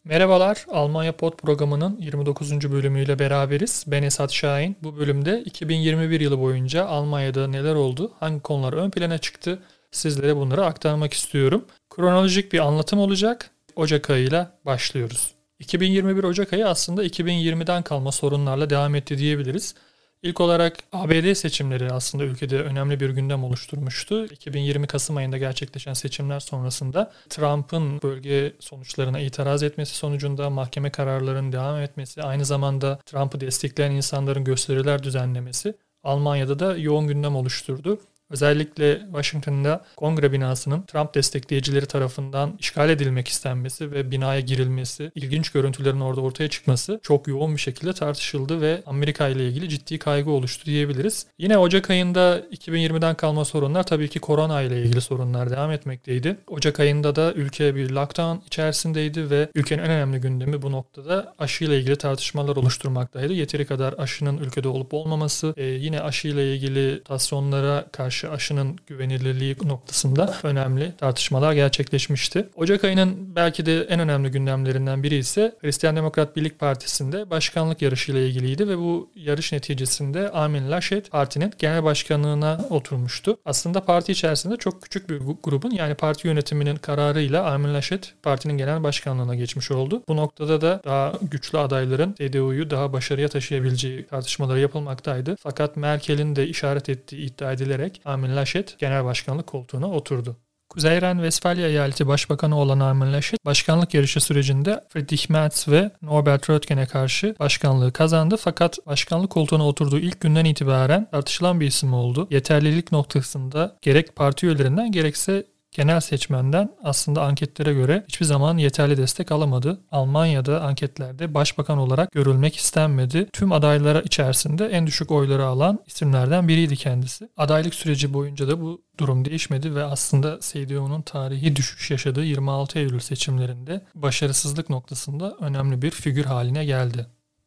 Merhabalar, Almanya Pod programının 29. bölümüyle beraberiz. Ben Esat Şahin. Bu bölümde 2021 yılı boyunca Almanya'da neler oldu, hangi konular ön plana çıktı, sizlere bunları aktarmak istiyorum. Kronolojik bir anlatım olacak. Ocak ayıyla başlıyoruz. 2021 Ocak ayı aslında 2020'den kalma sorunlarla devam etti diyebiliriz. İlk olarak ABD seçimleri aslında ülkede önemli bir gündem oluşturmuştu. 2020 Kasım ayında gerçekleşen seçimler sonrasında Trump'ın bölge sonuçlarına itiraz etmesi sonucunda mahkeme kararlarının devam etmesi, aynı zamanda Trump'ı destekleyen insanların gösteriler düzenlemesi Almanya'da da yoğun gündem oluşturdu. Özellikle Washington'da Kongre binasının Trump destekleyicileri tarafından işgal edilmek istenmesi ve binaya girilmesi, ilginç görüntülerin orada ortaya çıkması çok yoğun bir şekilde tartışıldı ve Amerika ile ilgili ciddi kaygı oluştu diyebiliriz. Yine Ocak ayında 2020'den kalma sorunlar tabii ki korona ile ilgili sorunlar devam etmekteydi. Ocak ayında da ülke bir lockdown içerisindeydi ve ülkenin en önemli gündemi bu noktada aşı ile ilgili tartışmalar oluşturmaktaydı. Yeteri kadar aşının ülkede olup olmaması, yine aşı ile ilgili mutasyonlara karşı aşının güvenilirliği noktasında önemli tartışmalar gerçekleşmişti. Ocak ayının belki de en önemli gündemlerinden biri ise Hristiyan Demokrat Birlik Partisi'nde başkanlık yarışıyla ilgiliydi ve bu yarış neticesinde Armin Laschet partinin genel başkanlığına oturmuştu. Aslında parti içerisinde çok küçük bir grubun, yani parti yönetiminin kararıyla Armin Laschet partinin genel başkanlığına geçmiş oldu. Bu noktada da daha güçlü adayların CDU'yu daha başarıya taşıyabileceği tartışmaları yapılmaktaydı. Fakat Merkel'in de işaret ettiği iddia edilerek Armin Laschet genel başkanlık koltuğuna oturdu. Kuzey Ren-Vesfalya eyaleti başbakanı olan Armin Laschet, başkanlık yarışı sürecinde Friedrich Merz ve Norbert Röttgen'e karşı başkanlığı kazandı. Fakat başkanlık koltuğuna oturduğu ilk günden itibaren tartışılan bir isim oldu. Yeterlilik noktasında gerek parti üyelerinden gerekse genel seçmenden aslında anketlere göre hiçbir zaman yeterli destek alamadı. Almanya'da anketlerde başbakan olarak görülmek istenmedi. Tüm adaylara içerisinde en düşük oyları alan isimlerden biriydi kendisi. Adaylık süreci boyunca da bu durum değişmedi ve aslında CDU'nun tarihi düşüş yaşadığı 26 Eylül seçimlerinde başarısızlık noktasında önemli bir figür haline geldi.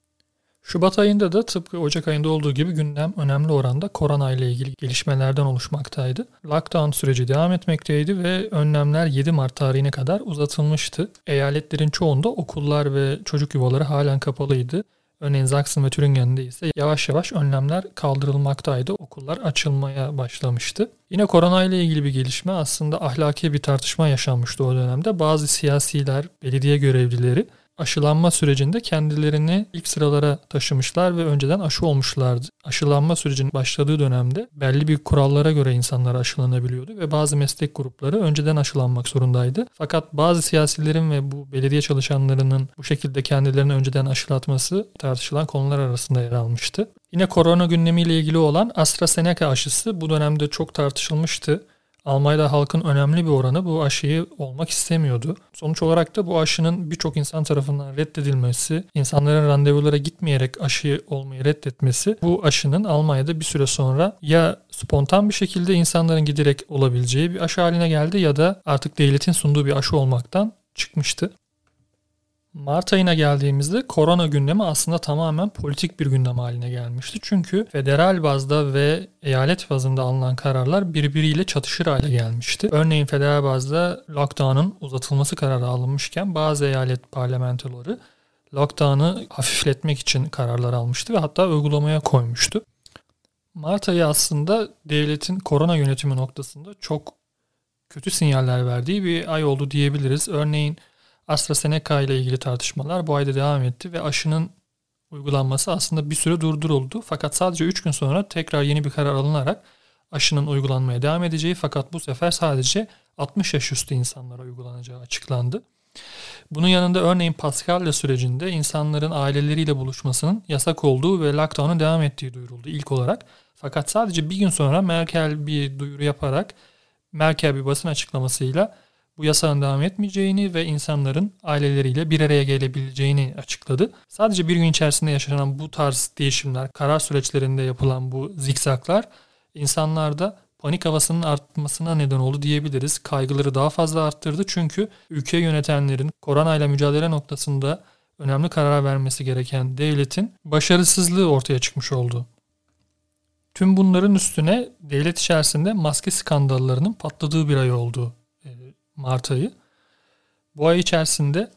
Şubat ayında da tıpkı Ocak ayında olduğu gibi gündem önemli oranda korona ile ilgili gelişmelerden oluşmaktaydı. Lockdown süreci devam etmekteydi ve önlemler 7 Mart tarihine kadar uzatılmıştı. Eyaletlerin çoğunda okullar ve çocuk yuvaları halen kapalıydı. Örneğin Sachsen ve Thüringen'de ise yavaş yavaş önlemler kaldırılmaktaydı. Okullar açılmaya başlamıştı. Yine korona ile ilgili bir gelişme, aslında ahlaki bir tartışma yaşanmıştı o dönemde. Bazı siyasiler, belediye görevlileri aşılanma sürecinde kendilerini ilk sıralara taşımışlar ve önceden aşı olmuşlardı. Aşılanma sürecinin başladığı dönemde belli bir kurallara göre insanlar aşılanabiliyordu ve bazı meslek grupları önceden aşılanmak zorundaydı. Fakat bazı siyasilerin ve bu belediye çalışanlarının bu şekilde kendilerini önceden aşılatması tartışılan konular arasında yer almıştı. Yine korona gündemiyle ilgili olan AstraZeneca aşısı bu dönemde çok tartışılmıştı. Almanya'da halkın önemli bir oranı bu aşıyı olmak istemiyordu. Sonuç olarak da bu aşının birçok insan tarafından reddedilmesi, insanların randevulara gitmeyerek aşı olmayı reddetmesi, bu aşının Almanya'da bir süre sonra ya spontan bir şekilde insanların giderek olabileceği bir aşı haline geldi ya da artık devletin sunduğu bir aşı olmaktan çıkmıştı. Mart ayına geldiğimizde korona gündemi aslında tamamen politik bir gündem haline gelmişti. Çünkü federal bazda ve eyalet bazında alınan kararlar birbiriyle çatışır hale gelmişti. Örneğin federal bazda lockdown'un uzatılması kararı alınmışken bazı eyalet parlamentoları lockdown'ı hafifletmek için kararlar almıştı ve hatta uygulamaya koymuştu. Mart ayı aslında devletin korona yönetimi noktasında çok kötü sinyaller verdiği bir ay oldu diyebiliriz. Örneğin AstraZeneca ile ilgili tartışmalar bu ayda devam etti ve aşının uygulanması aslında bir süre durduruldu. Fakat sadece 3 gün sonra tekrar yeni bir karar alınarak aşının uygulanmaya devam edeceği, fakat bu sefer sadece 60 yaş üstü insanlara uygulanacağı açıklandı. Bunun yanında örneğin Paskalya sürecinde insanların aileleriyle buluşmasının yasak olduğu ve lockdown'un devam ettiği duyuruldu ilk olarak. Fakat sadece bir gün sonra Merkel bir duyuru yaparak, Merkel bir basın açıklamasıyla bu yasağın devam etmeyeceğini ve insanların aileleriyle bir araya gelebileceğini açıkladı. Sadece bir gün içerisinde yaşanan bu tarz değişimler, karar süreçlerinde yapılan bu zikzaklar insanlarda panik havasının artmasına neden oldu diyebiliriz. Kaygıları daha fazla arttırdı çünkü ülke yönetenlerin koronayla mücadele noktasında önemli karar vermesi gereken devletin başarısızlığı ortaya çıkmış oldu. Tüm bunların üstüne devlet içerisinde maske skandallarının patladığı bir ay oldu Mart ayı. Bu ay içerisinde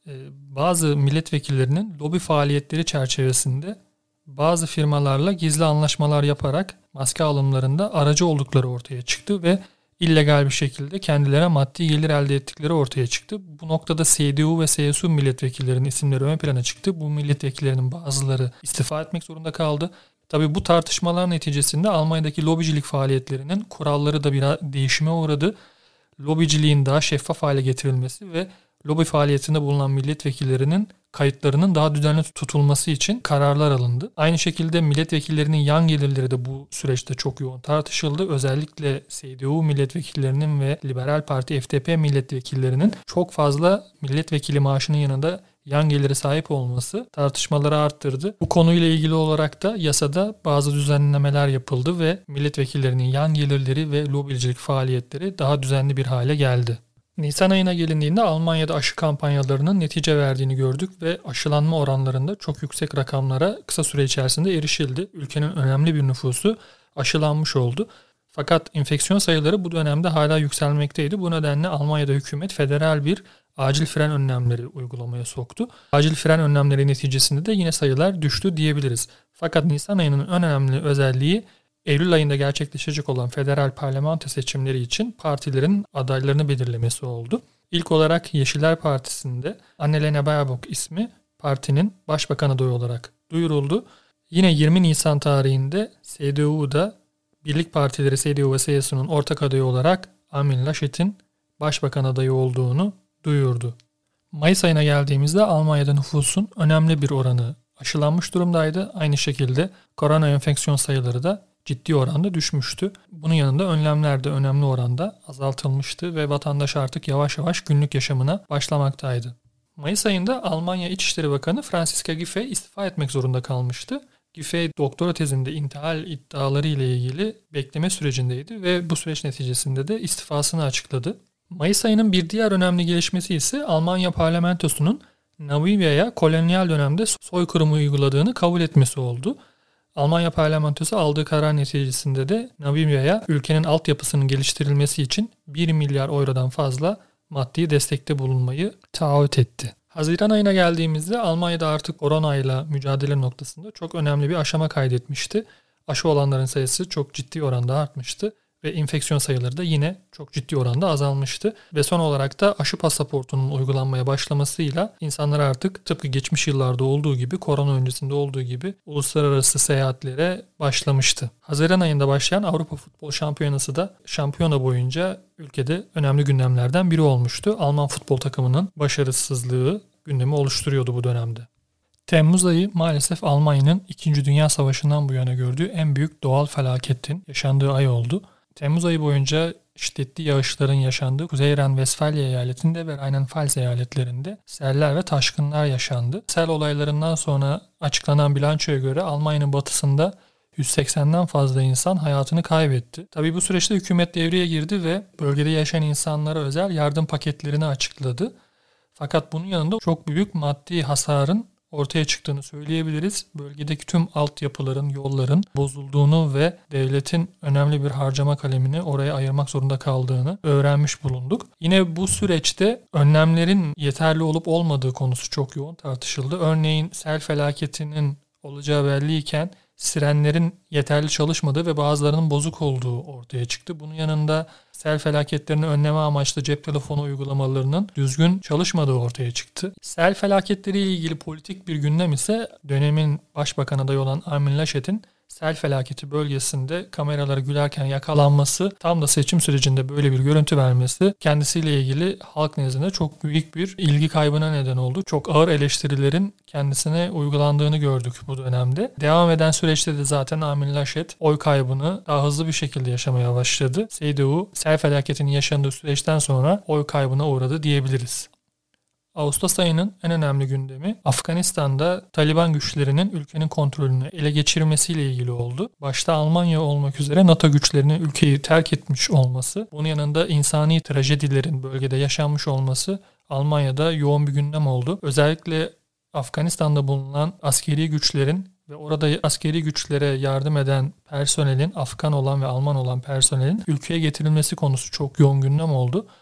bazı milletvekillerinin lobi faaliyetleri çerçevesinde bazı firmalarla gizli anlaşmalar yaparak maske alımlarında aracı oldukları ortaya çıktı ve illegal bir şekilde kendilerine maddi gelir elde ettikleri ortaya çıktı. Bu noktada CDU ve CSU milletvekillerinin isimleri ön plana çıktı. Bu milletvekillerinin bazıları istifa etmek zorunda kaldı. Tabii bu tartışmalar neticesinde Almanya'daki lobicilik faaliyetlerinin kuralları da biraz değişime uğradı. Lobiciliğin daha şeffaf hale getirilmesi ve lobi faaliyetinde bulunan milletvekillerinin kayıtlarının daha düzenli tutulması için kararlar alındı. Aynı şekilde milletvekillerinin yan gelirleri de bu süreçte çok yoğun tartışıldı. Özellikle CDU milletvekillerinin ve Liberal Parti FDP milletvekillerinin çok fazla milletvekili maaşının yanında yan geliri sahip olması tartışmaları arttırdı. Bu konuyla ilgili olarak da yasada bazı düzenlemeler yapıldı ve milletvekillerinin yan gelirleri ve lobicilik faaliyetleri daha düzenli bir hale geldi. Nisan ayına gelindiğinde Almanya'da aşı kampanyalarının netice verdiğini gördük ve aşılanma oranlarında çok yüksek rakamlara kısa süre içerisinde erişildi. Ülkenin önemli bir nüfusu aşılanmış oldu. Fakat enfeksiyon sayıları bu dönemde hala yükselmekteydi. Bu nedenle Almanya'da hükümet federal bir acil fren önlemleri uygulamaya soktu. Acil fren önlemleri neticesinde de yine sayılar düştü diyebiliriz. Fakat Nisan ayının en önemli özelliği Eylül ayında gerçekleşecek olan federal parlamento seçimleri için partilerin adaylarını belirlemesi oldu. İlk olarak Yeşiller Partisi'nde Annalena Baerbock ismi partinin başbakan adayı olarak duyuruldu. Yine 20 Nisan tarihinde CDU'da birlik partileri CDU ve CSU'nun ortak adayı olarak Armin Laschet'in başbakan adayı olduğunu duyurdu. Mayıs ayına geldiğimizde Almanya'da nüfusun önemli bir oranı aşılanmış durumdaydı. Aynı şekilde korona enfeksiyon sayıları da ciddi oranda düşmüştü. Bunun yanında önlemler de önemli oranda azaltılmıştı ve vatandaş artık yavaş yavaş günlük yaşamına başlamaktaydı. Mayıs ayında Almanya İçişleri Bakanı Franziska Giffey istifa etmek zorunda kalmıştı. Giffey doktora tezinde intihal iddiaları ile ilgili bekleme sürecindeydi ve bu süreç neticesinde de istifasını açıkladı. Mayıs ayının bir diğer önemli gelişmesi ise Almanya parlamentosunun Namibya'ya kolonyal dönemde soykırımı uyguladığını kabul etmesi oldu. Almanya parlamentosu aldığı karar neticesinde de Namibya'ya ülkenin altyapısının geliştirilmesi için 1 milyar eurodan fazla maddi destekte bulunmayı taahhüt etti. Haziran ayına geldiğimizde Almanya'da artık koronayla mücadele noktasında çok önemli bir aşama kaydetmişti. Aşı olanların sayısı çok ciddi oranda artmıştı ve enfeksiyon sayıları da yine çok ciddi oranda azalmıştı. Ve son olarak da aşı pasaportunun uygulanmaya başlamasıyla insanlar artık tıpkı geçmiş yıllarda olduğu gibi, korona öncesinde olduğu gibi uluslararası seyahatlere başlamıştı. Haziran ayında başlayan Avrupa Futbol Şampiyonası da şampiyona boyunca ülkede önemli gündemlerden biri olmuştu. Alman futbol takımının başarısızlığı gündemi oluşturuyordu bu dönemde. Temmuz ayı maalesef Almanya'nın 2. Dünya Savaşı'ndan bu yana gördüğü en büyük doğal felaketin yaşandığı ay oldu. Temmuz ayı boyunca şiddetli yağışların yaşandığı Kuzey Ren-Vesfalya eyaletinde ve Rheinland-Pfalz eyaletlerinde seller ve taşkınlar yaşandı. Sel olaylarından sonra açıklanan bilançoya göre Almanya'nın batısında 180'den fazla insan hayatını kaybetti. Tabii bu süreçte hükümet devreye girdi ve bölgede yaşayan insanlara özel yardım paketlerini açıkladı. Fakat bunun yanında çok büyük maddi hasarın ortaya çıktığını söyleyebiliriz. Bölgedeki tüm altyapıların, yolların bozulduğunu ve devletin önemli bir harcama kalemini oraya ayırmak zorunda kaldığını öğrenmiş bulunduk. Yine bu süreçte önlemlerin yeterli olup olmadığı konusu çok yoğun tartışıldı. Örneğin sel felaketinin olacağı belliyken sirenlerin yeterli çalışmadığı ve bazılarının bozuk olduğu ortaya çıktı. Bunun yanında sel felaketlerini önleme amaçlı cep telefonu uygulamalarının düzgün çalışmadığı ortaya çıktı. Sel felaketleriyle ilgili politik bir gündem ise dönemin başbakan adayı olan Armin Laschet'in sel felaketi bölgesinde kameralara gülerken yakalanması, tam da seçim sürecinde böyle bir görüntü vermesi kendisiyle ilgili halk nezdinde çok büyük bir ilgi kaybına neden oldu. Çok ağır eleştirilerin kendisine uygulandığını gördük bu dönemde. Devam eden süreçte de zaten Armin Laschet oy kaybını daha hızlı bir şekilde yaşamaya başladı. CDU sel felaketinin yaşandığı süreçten sonra oy kaybına uğradı diyebiliriz. Ağustos ayının en önemli gündemi Afganistan'da Taliban güçlerinin ülkenin kontrolünü ele geçirmesiyle ilgili oldu. Başta Almanya olmak üzere NATO güçlerinin ülkeyi terk etmiş olması, bunun yanında insani trajedilerin bölgede yaşanmış olması Almanya'da yoğun bir gündem oldu. Özellikle Afganistan'da bulunan askeri güçlerin ve orada askeri güçlere yardım eden personelin, Afgan olan ve Alman olan personelin ülkeye getirilmesi konusu çok yoğun gündem oldu.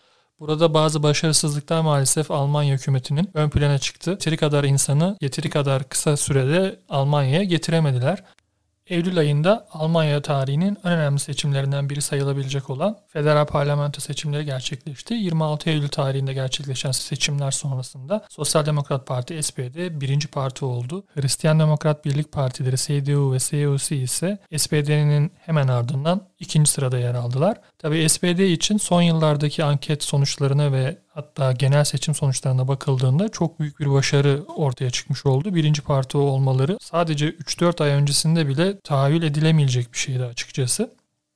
Burada bazı başarısızlıklar maalesef Almanya hükümetinin ön plana çıktı. Yeteri kadar insanı yeteri kadar kısa sürede Almanya'ya getiremediler. Eylül ayında Almanya tarihinin en önemli seçimlerinden biri sayılabilecek olan federal parlamento seçimleri gerçekleşti. 26 Eylül tarihinde gerçekleşen seçimler sonrasında Sosyal Demokrat Parti SPD birinci parti oldu. Hristiyan Demokrat Birlik Partileri CDU ve CSU ise SPD'nin hemen ardından ikinci sırada yer aldılar. Tabii SPD için son yıllardaki anket sonuçlarına ve hatta genel seçim sonuçlarına bakıldığında çok büyük bir başarı ortaya çıkmış oldu. Birinci parti olmaları sadece 3-4 ay öncesinde bile tahayyül edilemeyecek bir şeydi açıkçası.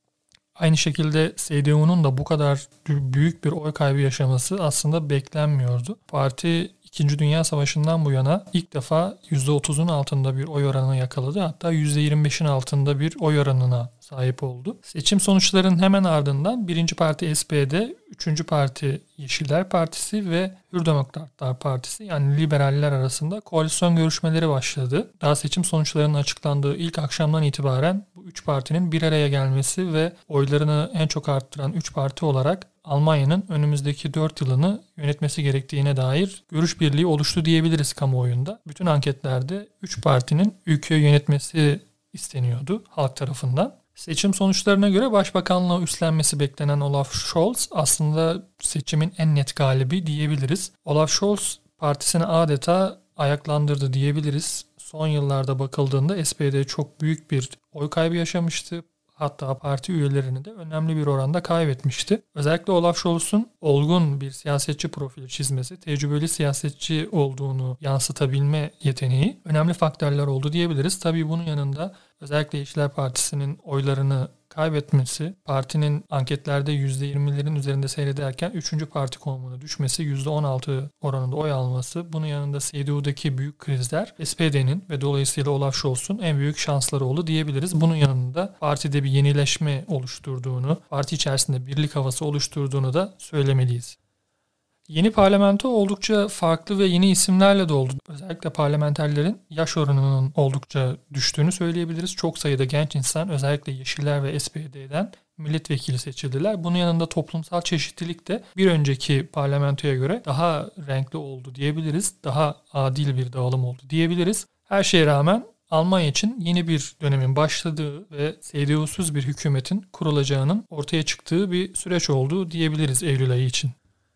Aynı şekilde CDU'nun da bu kadar büyük bir oy kaybı yaşaması aslında beklenmiyordu. Parti İkinci Dünya Savaşı'ndan bu yana ilk defa %30'un altında bir oy oranını yakaladı. Hatta %25'in altında bir oy oranına sahip oldu. Seçim sonuçlarının hemen ardından birinci parti SPD, üçüncü parti Yeşiller Partisi ve Hür Demokratlar Partisi yani liberaller arasında koalisyon görüşmeleri başladı. Daha seçim sonuçlarının açıklandığı ilk akşamdan itibaren bu üç partinin bir araya gelmesi ve oylarını en çok arttıran üç parti olarak Almanya'nın önümüzdeki 4 yılını yönetmesi gerektiğine dair görüş birliği oluştu diyebiliriz kamuoyunda. Bütün anketlerde 3 partinin ülkeyi yönetmesi isteniyordu halk tarafından. Seçim sonuçlarına göre başbakanlığı üstlenmesi beklenen Olaf Scholz aslında seçimin en net galibi diyebiliriz. Olaf Scholz partisini adeta ayaklandırdı diyebiliriz. Son yıllarda bakıldığında SPD çok büyük bir oy kaybı yaşamıştı. Hatta parti üyelerini de önemli bir oranda kaybetmişti. Özellikle Olaf Scholz'un olgun bir siyasetçi profili çizmesi, tecrübeli siyasetçi olduğunu yansıtabilme yeteneği önemli faktörler oldu diyebiliriz. Tabii bunun yanında özellikle Yeşiller Partisi'nin oylarını kaybetmesi, partinin anketlerde %20'lerin üzerinde seyrederken 3. parti konumuna düşmesi, %16 oranında oy alması, bunun yanında CDU'daki büyük krizler SPD'nin ve dolayısıyla Olaf Scholz'un en büyük şansları oldu diyebiliriz. Bunun yanında partide bir yenileşme oluşturduğunu, parti içerisinde birlik havası oluşturduğunu da söylemeliyiz. Yeni parlamento oldukça farklı ve yeni isimlerle doldu. Özellikle parlamenterlerin yaş oranının oldukça düştüğünü söyleyebiliriz. Çok sayıda genç insan özellikle Yeşiller ve SPD'den milletvekili seçildiler. Bunun yanında toplumsal çeşitlilik de bir önceki parlamentoya göre daha renkli oldu diyebiliriz. Daha adil bir dağılım oldu diyebiliriz. Her şeye rağmen Almanya için yeni bir dönemin başladığı ve CDU'suz bir hükümetin kurulacağının ortaya çıktığı bir süreç oldu diyebiliriz Eylül ayı için.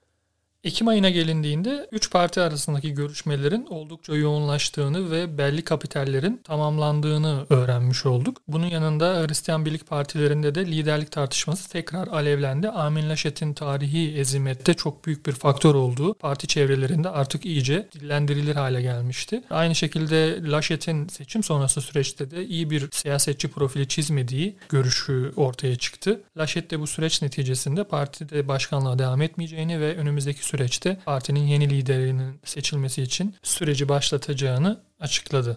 Ekim ayına gelindiğinde 3 parti arasındaki görüşmelerin oldukça yoğunlaştığını ve belli kapitallerin tamamlandığını öğrenmiş olduk. Bunun yanında Hristiyan Birlik Partilerinde de liderlik tartışması tekrar alevlendi. Armin Laschet'in tarihi ezimette çok büyük bir faktör olduğu parti çevrelerinde artık iyice dillendirilir hale gelmişti. Aynı şekilde Laschet'in seçim sonrası süreçte de iyi bir siyasetçi profili çizmediği görüşü ortaya çıktı. Laschet de bu süreç neticesinde partide başkanlığa devam etmeyeceğini ve önümüzdeki süreçte partinin yeni liderinin seçilmesi için süreci başlatacağını açıkladı.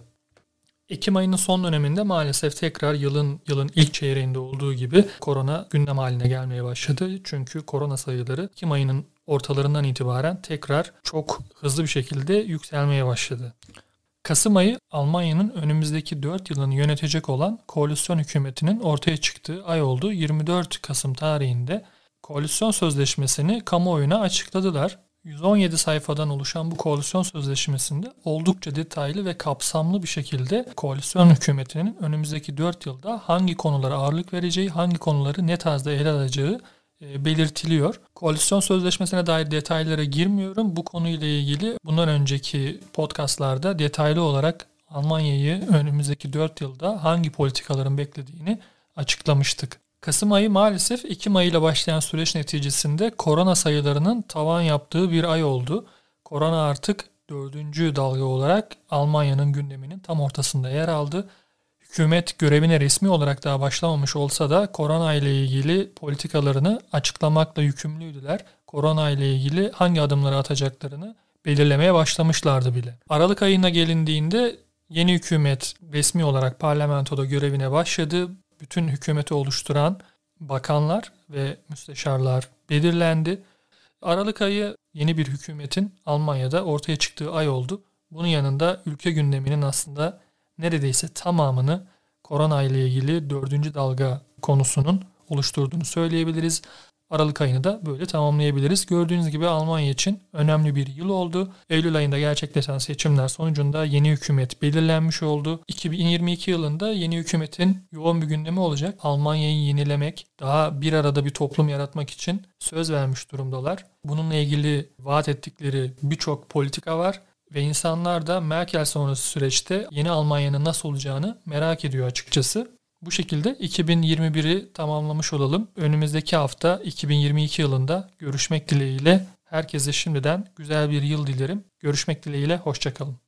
Ekim ayının son döneminde maalesef tekrar yılın ilk çeyreğinde olduğu gibi korona gündem haline gelmeye başladı. Çünkü korona sayıları Ekim ayının ortalarından itibaren tekrar çok hızlı bir şekilde yükselmeye başladı. Kasım ayı Almanya'nın önümüzdeki 4 yılını yönetecek olan koalisyon hükümetinin ortaya çıktığı ay oldu. 24 Kasım tarihinde koalisyon sözleşmesini kamuoyuna açıkladılar. 117 sayfadan oluşan bu koalisyon sözleşmesinde oldukça detaylı ve kapsamlı bir şekilde koalisyon hükümetinin önümüzdeki 4 yılda hangi konulara ağırlık vereceği, hangi konuları ne tarzda ele alacağı belirtiliyor. Koalisyon sözleşmesine dair detaylara girmiyorum. Bu konuyla ilgili bundan önceki podcastlarda detaylı olarak Almanya'yı önümüzdeki 4 yılda hangi politikaların beklediğini açıklamıştık. Kasım ayı maalesef Ekim ayıyla başlayan süreç neticesinde korona sayılarının tavan yaptığı bir ay oldu. Korona artık 4. dalga olarak Almanya'nın gündeminin tam ortasında yer aldı. Hükümet görevine resmi olarak daha başlamamış olsa da korona ile ilgili politikalarını açıklamakla yükümlüydüler. Korona ile ilgili hangi adımları atacaklarını belirlemeye başlamışlardı bile. Aralık ayına gelindiğinde yeni hükümet resmi olarak parlamentoda görevine başladı. Bütün hükümeti oluşturan bakanlar ve müsteşarlar belirlendi. Aralık ayı yeni bir hükümetin Almanya'da ortaya çıktığı ay oldu. Bunun yanında ülke gündeminin aslında neredeyse tamamını korona ile ilgili 4. dalga konusunun oluşturduğunu söyleyebiliriz. Aralık ayını da böyle tamamlayabiliriz. Gördüğünüz gibi Almanya için önemli bir yıl oldu. Eylül ayında gerçekleşen seçimler sonucunda yeni hükümet belirlenmiş oldu. 2022 yılında yeni hükümetin yoğun bir gündemi olacak. Almanya'yı yenilemek, daha bir arada bir toplum yaratmak için söz vermiş durumdalar. Bununla ilgili vaat ettikleri birçok politika var. Ve insanlar da Merkel sonrası süreçte yeni Almanya'nın nasıl olacağını merak ediyor açıkçası. Bu şekilde 2021'i tamamlamış olalım. Önümüzdeki hafta 2022 yılında görüşmek dileğiyle. Herkese şimdiden güzel bir yıl dilerim. Görüşmek dileğiyle, hoşça kalın.